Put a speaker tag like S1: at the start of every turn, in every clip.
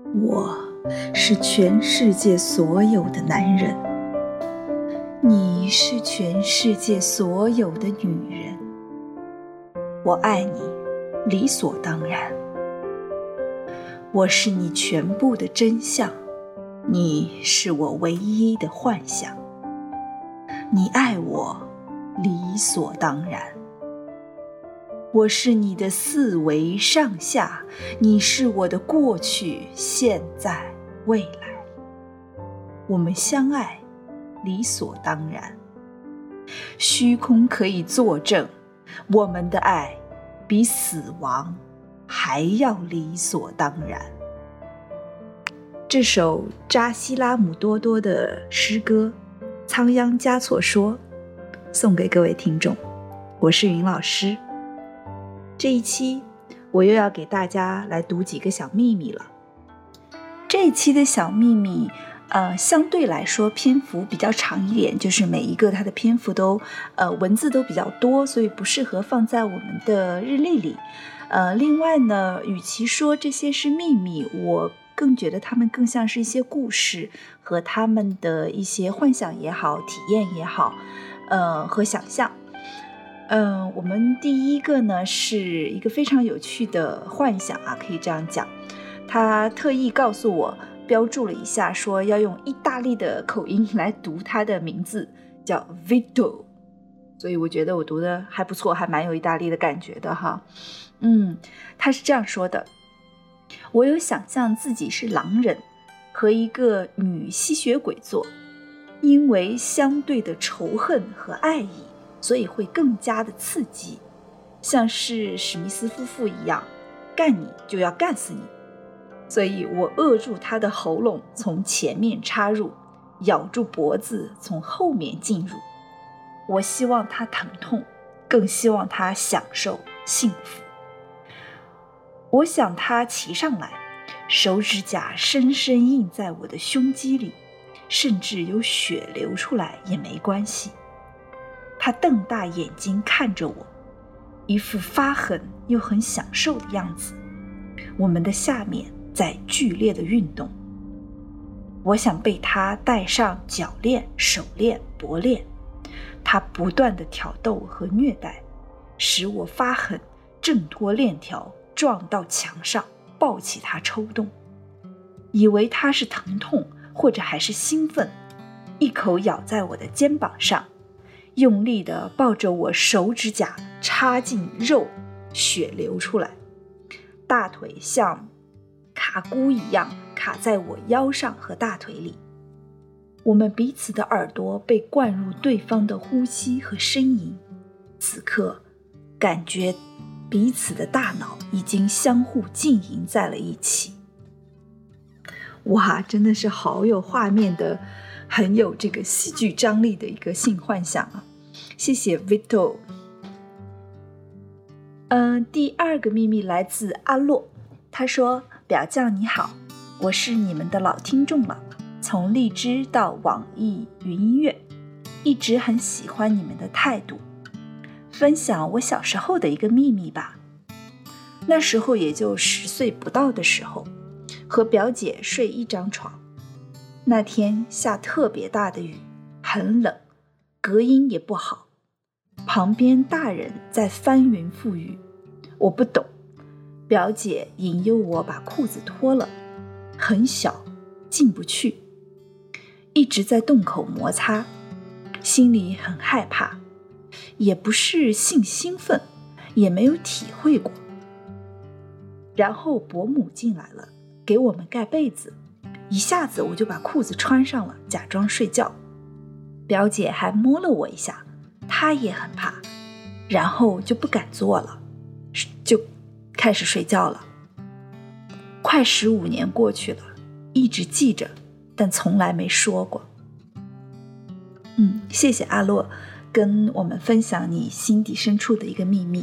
S1: 我是全世界所有的男人，你是全世界所有的女人。我爱你，理所当然。我是你全部的真相，你是我唯一的幻想。你爱我，理所当然。我是你的四维上下，你是我的过去、现在、未来。我们相爱，理所当然。虚空可以作证，我们的爱比死亡还要理所当然。这首扎西拉姆多多的诗歌《仓央嘉措说》送给各位听众，我是云老师。这一期我又要给大家来读几个小秘密了。这一期的小秘密相对来说篇幅比较长一点，就是每一个它的篇幅都文字都比较多，所以不适合放在我们的日历里。另外呢，与其说这些是秘密，我更觉得它们更像是一些故事和他们的一些幻想也好，体验也好，和想象。我们第一个呢是一个非常有趣的幻想啊，可以这样讲。他特意告诉我，标注了一下，说要用意大利的口音来读他的名字，叫 Vito， 所以我觉得我读的还不错，还蛮有意大利的感觉的哈。他是这样说的：我有想象自己是狼人和一个女吸血鬼座，因为相对的仇恨和爱意，所以会更加的刺激，像是史密斯夫妇一样，干你就要干死你。所以我扼住他的喉咙，从前面插入，咬住脖子，从后面进入。我希望他疼痛，更希望他享受幸福。我想他骑上来，手指甲深深印在我的胸肌里，甚至有血流出来也没关系。他瞪大眼睛看着我，一副发狠又很享受的样子。我们的下面在剧烈的运动。我想被他戴上脚链、手链、脖链。他不断的挑逗和虐待，使我发狠，挣脱链条，撞到墙上，抱起他抽动。以为他是疼痛，或者还是兴奋，一口咬在我的肩膀上，用力地抱着我，手指甲插进肉，血流出来。大腿像卡箍一样卡在我腰上和大腿里。我们彼此的耳朵被灌入对方的呼吸和呻吟。此刻感觉彼此的大脑已经相互浸淫在了一起。哇，真的是好有画面的，很有这个戏剧张力的一个性幻想啊！谢谢 Vito。第二个秘密来自阿洛，他说：表酱你好，我是你们的老听众了，从荔枝到网易云音乐，一直很喜欢你们的态度。分享我小时候的一个秘密吧。那时候也就10岁不到的时候，和表姐睡一张床。那天下特别大的雨，很冷，隔音也不好，旁边大人在翻云覆雨，我不懂。表姐引诱我把裤子脱了，很小，进不去，一直在洞口摩擦，心里很害怕，也不是性兴奋，也没有体会过。然后伯母进来了，给我们盖被子，一下子我就把裤子穿上了，假装睡觉。表姐还摸了我一下，她也很怕，然后就不敢做了，就开始睡觉了。快15年过去了，一直记着，但从来没说过。谢谢阿洛跟我们分享你心底深处的一个秘密。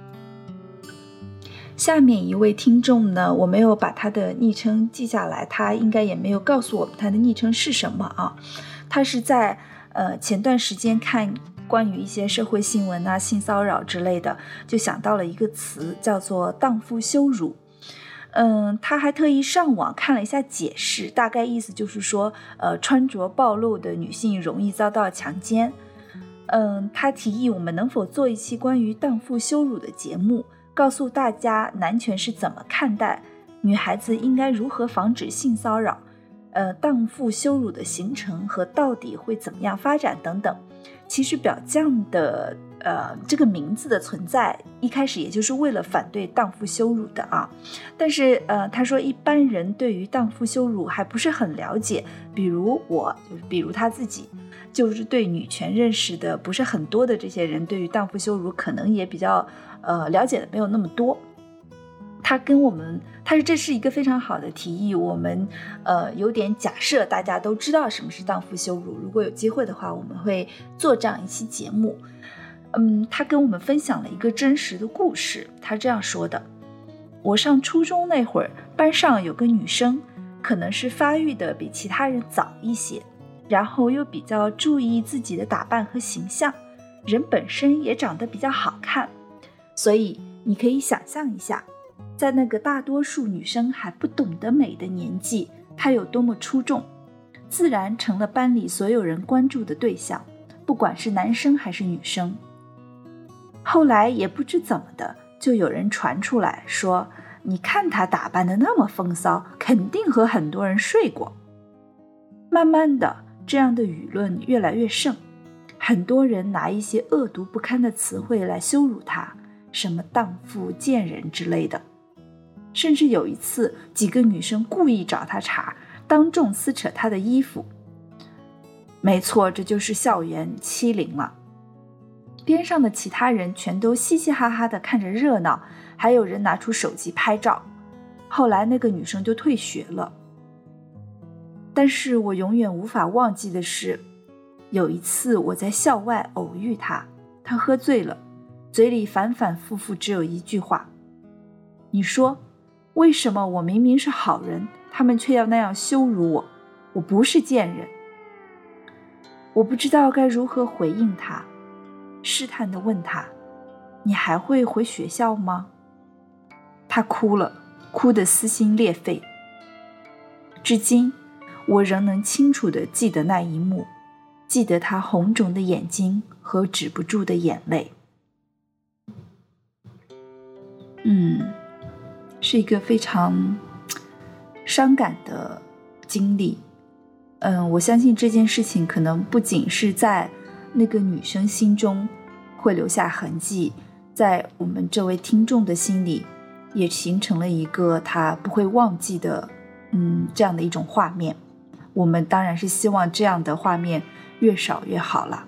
S1: 下面一位听众呢，我没有把他的昵称记下来，他应该也没有告诉我们他的昵称是什么啊。他是在前段时间看关于一些社会新闻啊、性骚扰之类的，就想到了一个词叫做荡妇羞辱。 他还特意上网看了一下解释，大概意思就是说，穿着暴露的女性容易遭到强奸。他提议我们能否做一期关于荡妇羞辱的节目，告诉大家男权是怎么看待，女孩子应该如何防止性骚扰，荡妇羞辱的形成和到底会怎么样发展等等。其实表匠的这个名字的存在一开始也就是为了反对荡妇羞辱的啊，但是他说一般人对于荡妇羞辱还不是很了解，比如他自己就是对女权认识的不是很多的这些人，对于荡妇羞辱可能也比较了解的没有那么多。这是一个非常好的提议，我们有点假设大家都知道什么是荡妇羞辱，如果有机会的话我们会做这样一期节目。他跟我们分享了一个真实的故事，他这样说的：我上初中那会儿，班上有个女生，可能是发育的比其他人早一些，然后又比较注意自己的打扮和形象，人本身也长得比较好看，所以你可以想象一下，在那个大多数女生还不懂得美的年纪，她有多么出众，自然成了班里所有人关注的对象，不管是男生还是女生。后来也不知怎么的，就有人传出来说，你看她打扮得那么风骚，肯定和很多人睡过。慢慢的，这样的舆论越来越盛，很多人拿一些恶毒不堪的词汇来羞辱她，什么荡妇、贱人之类的。甚至有一次，几个女生故意找她茬，当众撕扯她的衣服。没错，这就是校园欺凌了。边上的其他人全都嘻嘻哈哈地看着热闹，还有人拿出手机拍照。后来那个女生就退学了。但是我永远无法忘记的是，有一次我在校外偶遇她，她喝醉了，嘴里反反复复只有一句话：你说为什么我明明是好人，他们却要那样羞辱我？我不是贱人。我不知道该如何回应他，试探地问他：你还会回学校吗？他哭了，哭得撕心裂肺。至今我仍能清楚地记得那一幕，记得他红肿的眼睛和止不住的眼泪。是一个非常伤感的经历。我相信这件事情可能不仅是在那个女生心中会留下痕迹，在我们这位听众的心里也形成了一个他不会忘记的这样的一种画面。我们当然是希望这样的画面越少越好了。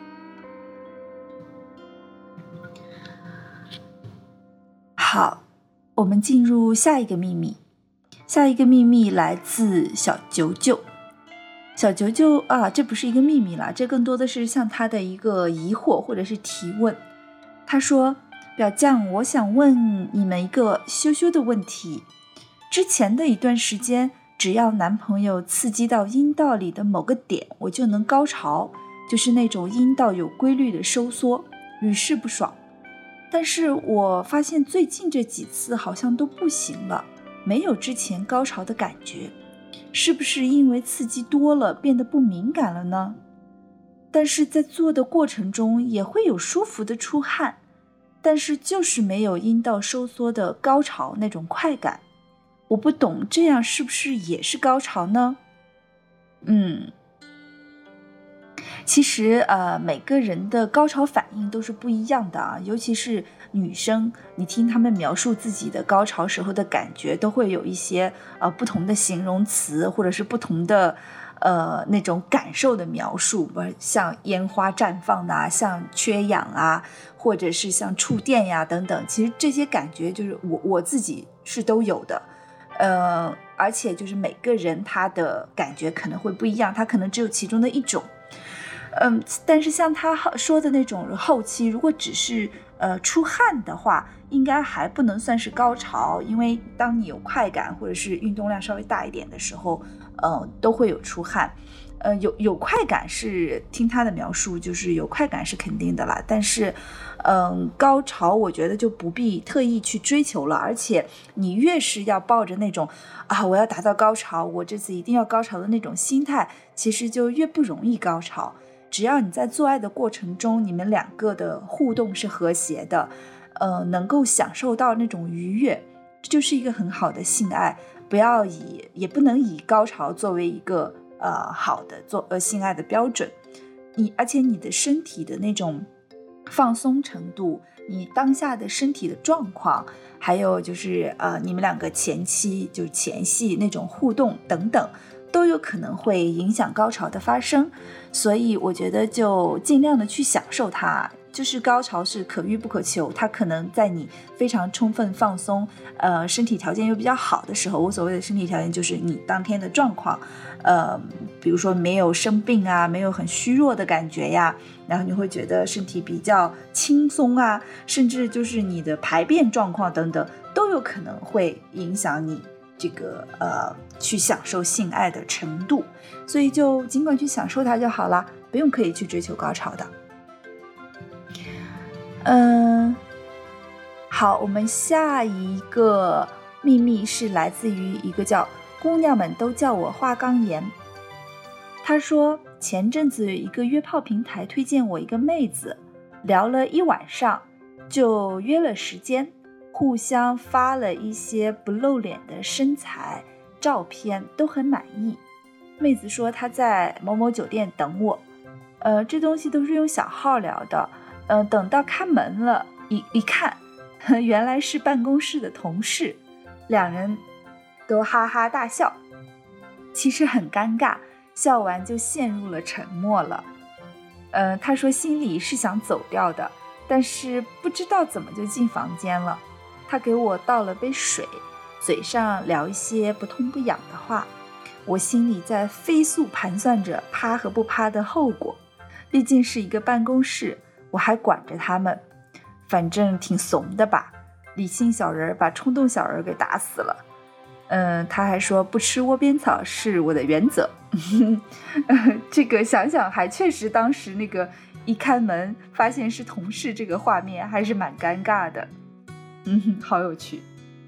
S1: 好，我们进入下一个秘密。下一个秘密来自小九九。小九九啊，这不是一个秘密了，这更多的是像他的一个疑惑或者是提问。他说：表匠，我想问你们一个羞羞的问题。之前的一段时间，只要男朋友刺激到阴道里的某个点，我就能高潮，就是那种阴道有规律的收缩，屡试不爽。但是我发现最近这几次好像都不行了，没有之前高潮的感觉，是不是因为刺激多了变得不敏感了呢？但是在做的过程中也会有舒服的出汗，但是就是没有阴道收缩的高潮那种快感。我不懂，这样是不是也是高潮呢？其实每个人的高潮反应都是不一样的啊，尤其是女生，你听她们描述自己的高潮时候的感觉，都会有一些不同的形容词，或者是不同的那种感受的描述，像烟花绽放啊，像缺氧啊，或者是像触电呀等等。其实这些感觉就是我自己是都有的。而且就是每个人他的感觉可能会不一样，他可能只有其中的一种。但是像他说的那种后期，如果只是出汗的话，应该还不能算是高潮，因为当你有快感或者是运动量稍微大一点的时候， 都会有出汗。有快感是听他的描述，就是有快感是肯定的啦，但是高潮我觉得就不必特意去追求了，而且你越是要抱着那种我要达到高潮，我这次一定要高潮的那种心态，其实就越不容易高潮。只要你在做爱的过程中，你们两个的互动是和谐的，能够享受到那种愉悦，这就是一个很好的性爱。也不能以高潮作为一个好的性爱的标准。而且你的身体的那种放松程度，你当下的身体的状况，还有就是你们两个前期就是前戏那种互动等等，都有可能会影响高潮的发生。所以我觉得就尽量的去享受它，就是高潮是可遇不可求，它可能在你非常充分放松身体条件又比较好的时候，我所谓的身体条件就是你当天的状况，比如说没有生病啊，没有很虚弱的感觉呀，然后你会觉得身体比较轻松啊，甚至就是你的排便状况等等都有可能会影响你这个去享受性爱的程度。所以就尽管去享受它就好了，不用刻意去追求高潮的。好，我们下一个秘密是来自于一个叫姑娘们都叫我花岗岩。他说前阵子一个约炮平台推荐我一个妹子，聊了一晚上就约了时间，互相发了一些不露脸的身材照片，都很满意。妹子说她在某某酒店等我，这东西都是用小号聊的，等到开门了一看，原来是办公室的同事，两人都哈哈大笑，其实很尴尬，笑完就陷入了沉默了。他说心里是想走掉的，但是不知道怎么就进房间了。他给我倒了杯水，嘴上聊一些不痛不痒的话，我心里在飞速盘算着趴和不趴的后果。毕竟是一个办公室，我还管着他们，反正挺怂的吧，理性小人把冲动小人给打死了。他还说不吃窝边草是我的原则。这个想想还确实，当时那个一开门发现是同事，这个画面还是蛮尴尬的。好有趣。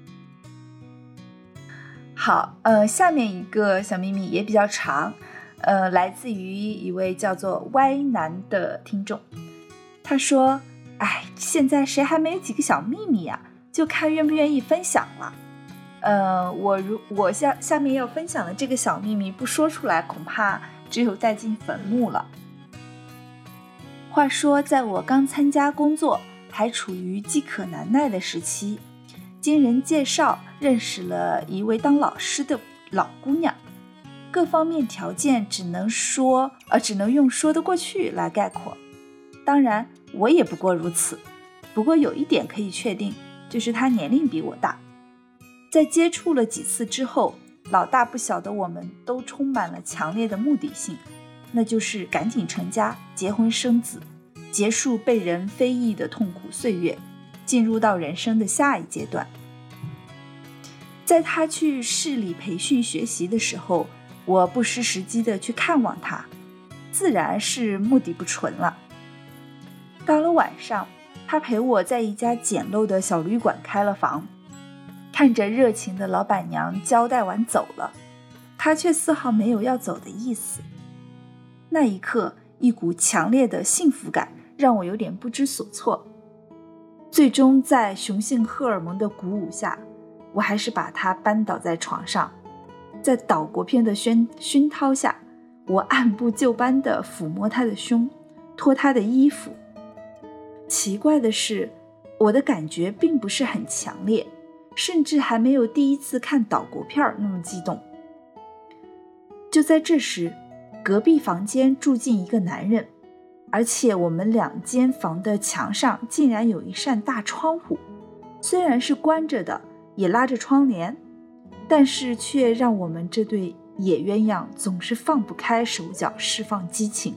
S1: 好，下面一个小秘密也比较长，来自于一位叫做歪男的听众。他说现在谁还没有几个小秘密啊，就看愿不愿意分享了。我下面要分享的这个小秘密不说出来，恐怕只有带进坟墓了。话说在我刚参加工作，还处于饥渴难耐的时期，经人介绍认识了一位当老师的老姑娘，各方面条件只能用说得过去来概括。当然我也不过如此，不过有一点可以确定，就是她年龄比我大。在接触了几次之后，老大不小的我们都充满了强烈的目的性，那就是赶紧成家，结婚生子，结束被人非议的痛苦岁月，进入到人生的下一阶段。在他去市里培训学习的时候，我不失时机的去看望他，自然是目的不纯了。到了晚上，他陪我在一家简陋的小旅馆开了房，看着热情的老板娘交代完走了，他却丝毫没有要走的意思。那一刻，一股强烈的幸福感让我有点不知所措。最终在雄性荷尔蒙的鼓舞下，我还是把他扳倒在床上，在岛国片的熏陶下，我按部就班地抚摸他的胸，脱他的衣服。奇怪的是，我的感觉并不是很强烈，甚至还没有第一次看岛国片那么激动。就在这时，隔壁房间住进一个男人，而且我们两间房的墙上竟然有一扇大窗户，虽然是关着的，也拉着窗帘，但是却让我们这对野鸳鸯总是放不开手脚，释放激情。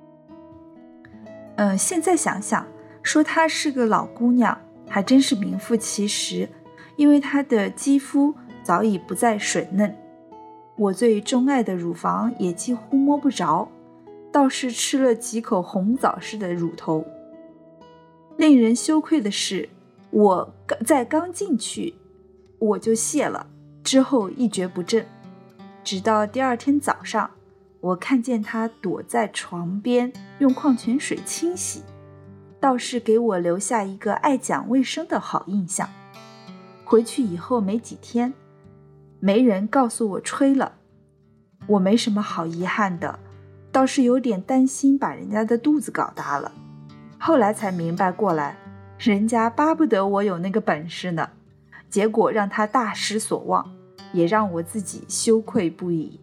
S1: 现在想想，说她是个老姑娘还真是名副其实，因为她的肌肤早已不再水嫩。 我最钟爱的乳房也几乎摸不着，倒是吃了几口红枣似的乳头。令人羞愧的是，我刚进去我就泄了，之后一蹶不振，直到第二天早上，我看见他躲在床边用矿泉水清洗，倒是给我留下一个爱讲卫生的好印象。回去以后没几天，没人告诉我吹了。我没什么好遗憾的，倒是有点担心把人家的肚子搞大了。后来才明白过来，人家巴不得我有那个本事呢，结果让他大失所望，也让我自己羞愧不已。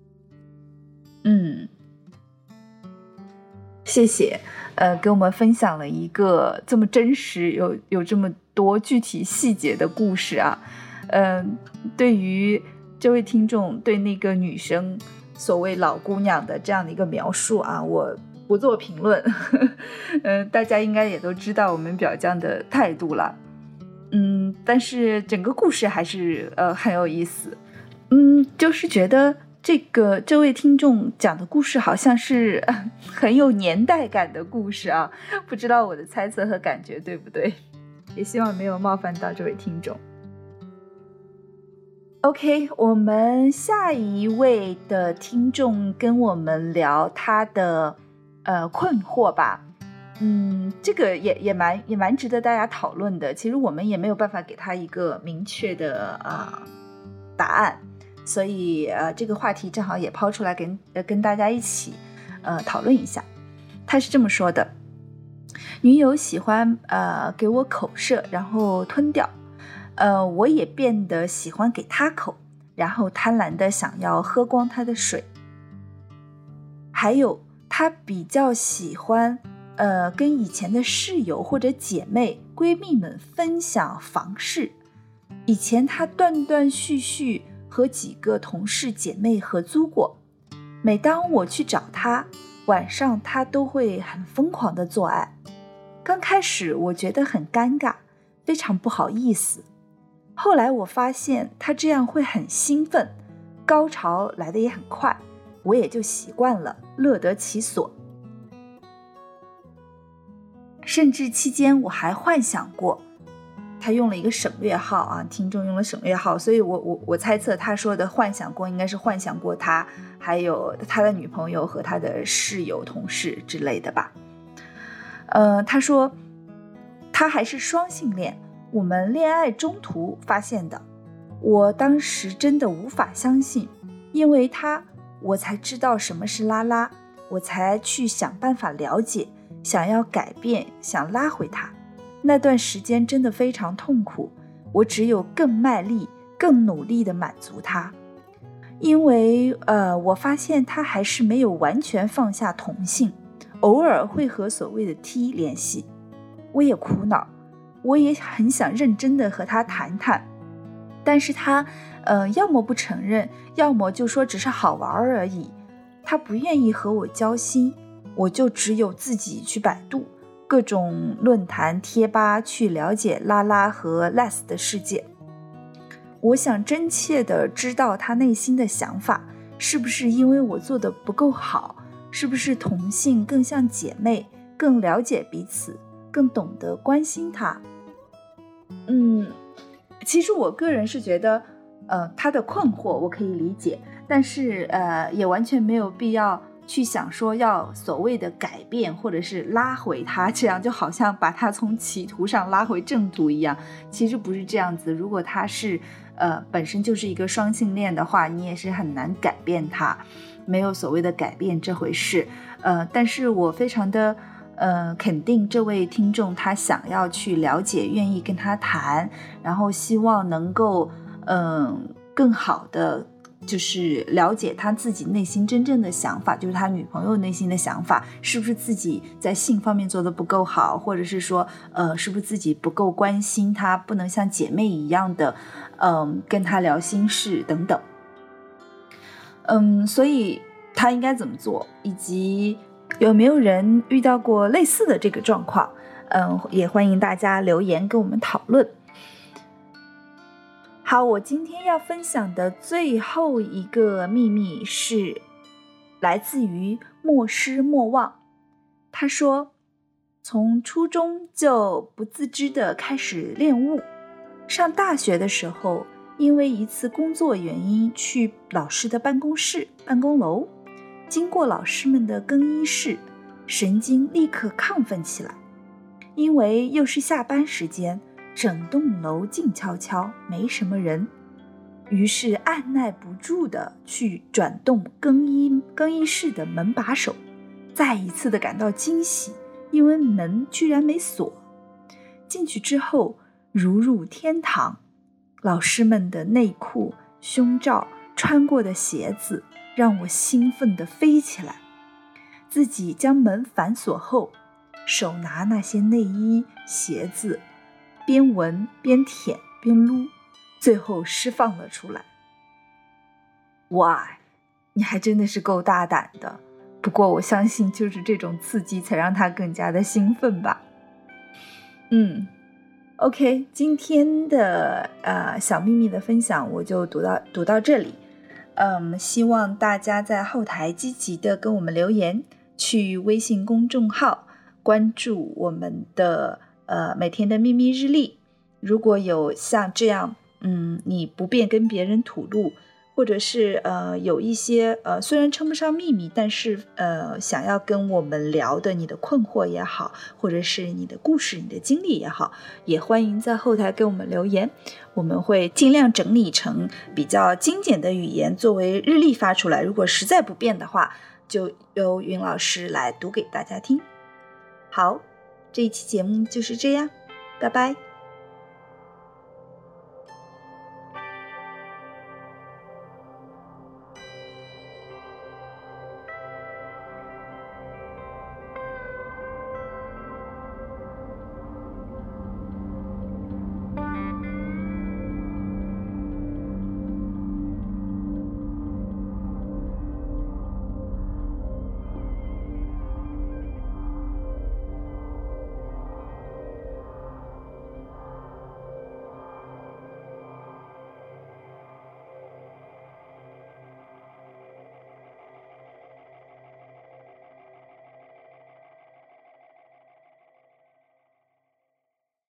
S1: 谢谢，给我们分享了一个这么真实、有这么多具体细节的故事啊。对于这位听众对那个女生所谓老姑娘的这样的一个描述啊，我不做评论。大家应该也都知道我们表酱的态度了。但是整个故事还是很有意思。就是觉得这位听众讲的故事好像是很有年代感的故事啊，不知道我的猜测和感觉对不对，也希望没有冒犯到这位听众。OK， 我们下一位的听众跟我们聊他的困惑吧。这个也蛮值得大家讨论的。其实我们也没有办法给他一个明确的答案，所以这个话题正好也抛出来跟大家一起讨论一下。他是这么说的：女友喜欢给我口舌，然后吞掉，我也变得喜欢给她口，然后贪婪的想要喝光她的水。还有她比较喜欢跟以前的室友或者姐妹闺蜜们分享房事。以前她断断续续和几个同事姐妹合租过，每当我去找她，晚上她都会很疯狂的做爱。刚开始我觉得很尴尬，非常不好意思。后来我发现她这样会很兴奋，高潮来得也很快，我也就习惯了，乐得其所。甚至期间我还幻想过，他用了一个省略号啊，听众用了省略号，所以我猜测他说的幻想过应该是幻想过他还有他的女朋友和他的室友同事之类的吧。他说他还是双性恋，我们恋爱中途发现的。我当时真的无法相信，因为他我才知道什么是拉拉，我才去想办法了解，想要改变，想拉回他。那段时间真的非常痛苦，我只有更卖力更努力地满足他。因为我发现他还是没有完全放下同性，偶尔会和所谓的 T 联系。我也苦恼，我也很想认真地和他谈谈，但是他要么不承认，要么就说只是好玩而已。他不愿意和我交心，我就只有自己去百度各种论坛贴吧去了解拉拉和 less 的世界。我想真切地知道他内心的想法，是不是因为我做得不够好，是不是同性更像姐妹，更了解彼此，更懂得关心他。其实我个人是觉得他的困惑我可以理解，但是也完全没有必要去想说要所谓的改变或者是拉回他，这样就好像把他从歧途上拉回正途一样。其实不是这样子，如果他是本身就是一个双性恋的话，你也是很难改变他，没有所谓的改变这回事。但是我非常的肯定这位听众他想要去了解，愿意跟他谈，然后希望能够更好的就是了解他自己内心真正的想法，就是他女朋友内心的想法，是不是自己在性方面做得不够好，或者是说是不是自己不够关心他，不能像姐妹一样的跟他聊心事等等。所以他应该怎么做，以及有没有人遇到过类似的这个状况，也欢迎大家留言跟我们讨论。 好，我今天要分享的最后一个秘密是来自于莫失莫忘。他说，从初中就不自知地开始练武，上大学的时候，因为一次工作原因去老师的办公楼，经过老师们的更衣室，神经立刻亢奋起来，因为又是下班时间，整栋楼静悄悄，没什么人，于是按耐不住地去转动更衣室的门把手，再一次地感到惊喜，因为门居然没锁。进去之后如入天堂，老师们的内裤、胸罩、穿过的鞋子让我兴奋地飞起来。自己将门反锁后，手拿那些内衣、鞋子，边闻边舔边撸，最后释放了出来。哇，你还真的是够大胆的，不过我相信就是这种刺激才让他更加的兴奋吧。OK， 今天的小秘密的分享我就读到这里。希望大家在后台积极的跟我们留言，去微信公众号关注我们的每天的秘密日历。如果有像这样你不便跟别人吐露，或者是有一些虽然称不上秘密，但是想要跟我们聊的你的困惑也好，或者是你的故事、你的经历也好，也欢迎在后台给我们留言，我们会尽量整理成比较精简的语言作为日历发出来，如果实在不便的话，就由云老师来读给大家听。好，这一期节目就是这样，拜拜。